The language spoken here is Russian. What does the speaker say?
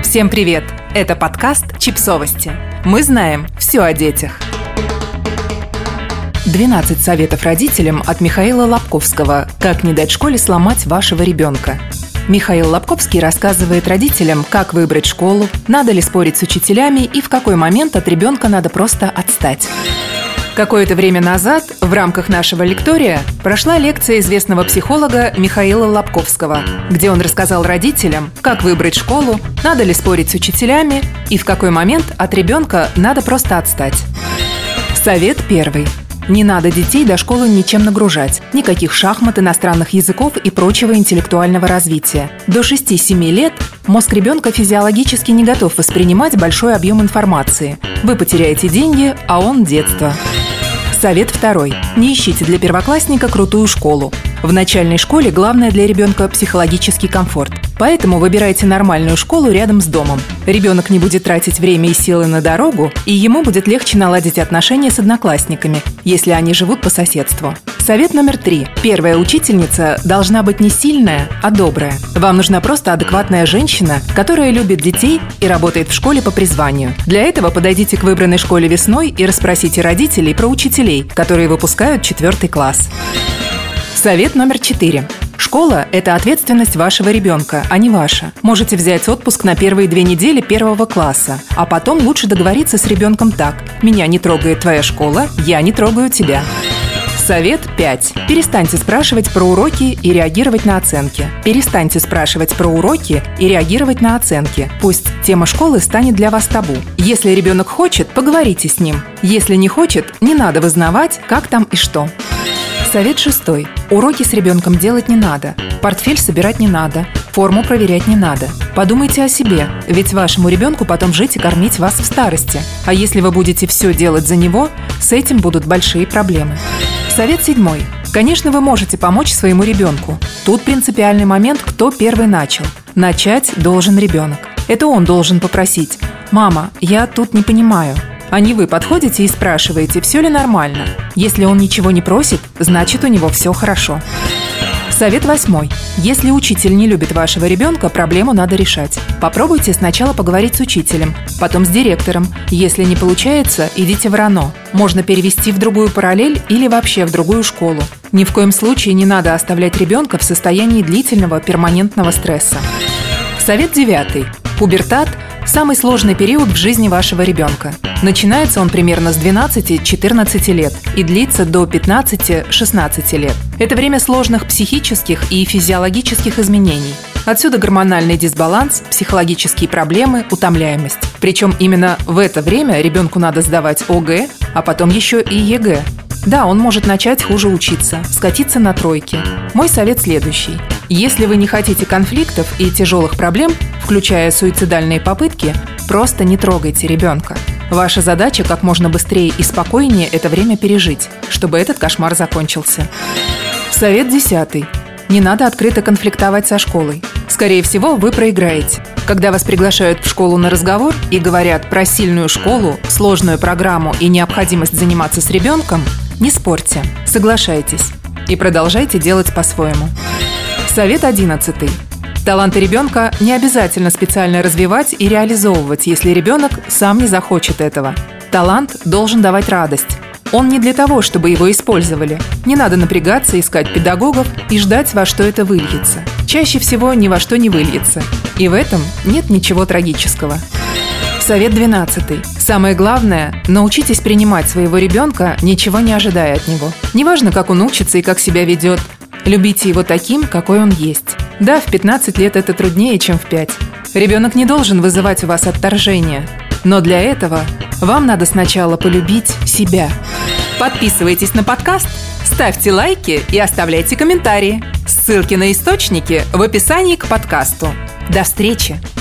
Всем привет! Это подкаст «Чипсовости». Мы знаем все о детях. 12 советов родителям от Михаила Лобковского «Как не дать школе сломать вашего ребенка». Михаил Лобковский рассказывает родителям, как выбрать школу, надо ли спорить с учителями и в какой момент от ребенка надо просто отстать. Какое-то время назад в рамках нашего лектория прошла лекция известного психолога Михаила Лобковского, где он рассказал родителям, как выбрать школу, надо ли спорить с учителями и в какой момент от ребенка надо просто отстать. Совет первый. Не надо детей до школы ничем нагружать. Никаких шахмат, иностранных языков и прочего интеллектуального развития. До 6-7 лет мозг ребенка физиологически не готов воспринимать большой объем информации. Вы потеряете деньги, а он – детство. Совет второй. Не ищите для первоклассника крутую школу. В начальной школе главное для ребенка психологический комфорт. Поэтому выбирайте нормальную школу рядом с домом. Ребенок не будет тратить время и силы на дорогу, и ему будет легче наладить отношения с одноклассниками, если они живут по соседству. Совет номер 3. Первая учительница должна быть не сильная, а добрая. Вам нужна просто адекватная женщина, которая любит детей и работает в школе по призванию. Для этого подойдите к выбранной школе весной и расспросите родителей про учителей, которые выпускают 4 класс. Совет номер 4. Школа – это ответственность вашего ребенка, а не ваша. Можете взять отпуск на первые 2 недели 1 класса, а потом лучше договориться с ребенком так: «Меня не трогает твоя школа, я не трогаю тебя». Совет 5. Перестаньте спрашивать про уроки и реагировать на оценки. Перестаньте спрашивать про уроки и реагировать на оценки. Пусть тема школы станет для вас табу. Если ребенок хочет, поговорите с ним. Если не хочет, не надо вызнавать, как там и что. Совет 6. Уроки с ребенком делать не надо. Портфель собирать не надо. Форму проверять не надо. Подумайте о себе, ведь вашему ребенку потом жить и кормить вас в старости. А если вы будете все делать за него, с этим будут большие проблемы. Совет 7. Конечно, вы можете помочь своему ребенку. Тут принципиальный момент, кто первый начал. Начать должен ребенок. Это он должен попросить: «Мама, я тут не понимаю». А не вы подходите и спрашиваете, все ли нормально. Если он ничего не просит, значит, у него все хорошо. Совет 8. Если учитель не любит вашего ребенка, проблему надо решать. Попробуйте сначала поговорить с учителем, потом с директором. Если не получается, идите в РАНО. Можно перевести в другую параллель или вообще в другую школу. Ни в коем случае не надо оставлять ребенка в состоянии длительного перманентного стресса. Совет 9. Пубертат – самый сложный период в жизни вашего ребенка. Начинается он примерно с 12-14 лет и длится до 15-16 лет. Это время сложных психических и физиологических изменений. Отсюда гормональный дисбаланс, психологические проблемы, утомляемость. Причем именно в это время ребенку надо сдавать ОГЭ, а потом еще и ЕГЭ. Да, он может начать хуже учиться, скатиться на тройки. Мой совет следующий. Если вы не хотите конфликтов и тяжелых проблем, включая суицидальные попытки, просто не трогайте ребенка. Ваша задача как можно быстрее и спокойнее это время пережить, чтобы этот кошмар закончился. Совет 10. Не надо открыто конфликтовать со школой. Скорее всего, вы проиграете. Когда вас приглашают в школу на разговор и говорят про сильную школу, сложную программу и необходимость заниматься с ребенком, не спорьте, соглашайтесь и продолжайте делать по-своему. Совет 11. Таланты ребенка не обязательно специально развивать и реализовывать, если ребенок сам не захочет этого. Талант должен давать радость. Он не для того, чтобы его использовали. Не надо напрягаться, искать педагогов и ждать, во что это выльется. Чаще всего ни во что не выльется. И в этом нет ничего трагического. Совет 12. Самое главное – научитесь принимать своего ребенка, ничего не ожидая от него. Неважно, как он учится и как себя ведет. Любите его таким, какой он есть. Да, в 15 лет это труднее, чем в 5. Ребенок не должен вызывать у вас отторжение. Но для этого вам надо сначала полюбить себя. Подписывайтесь на подкаст, ставьте лайки и оставляйте комментарии. Ссылки на источники в описании к подкасту. До встречи!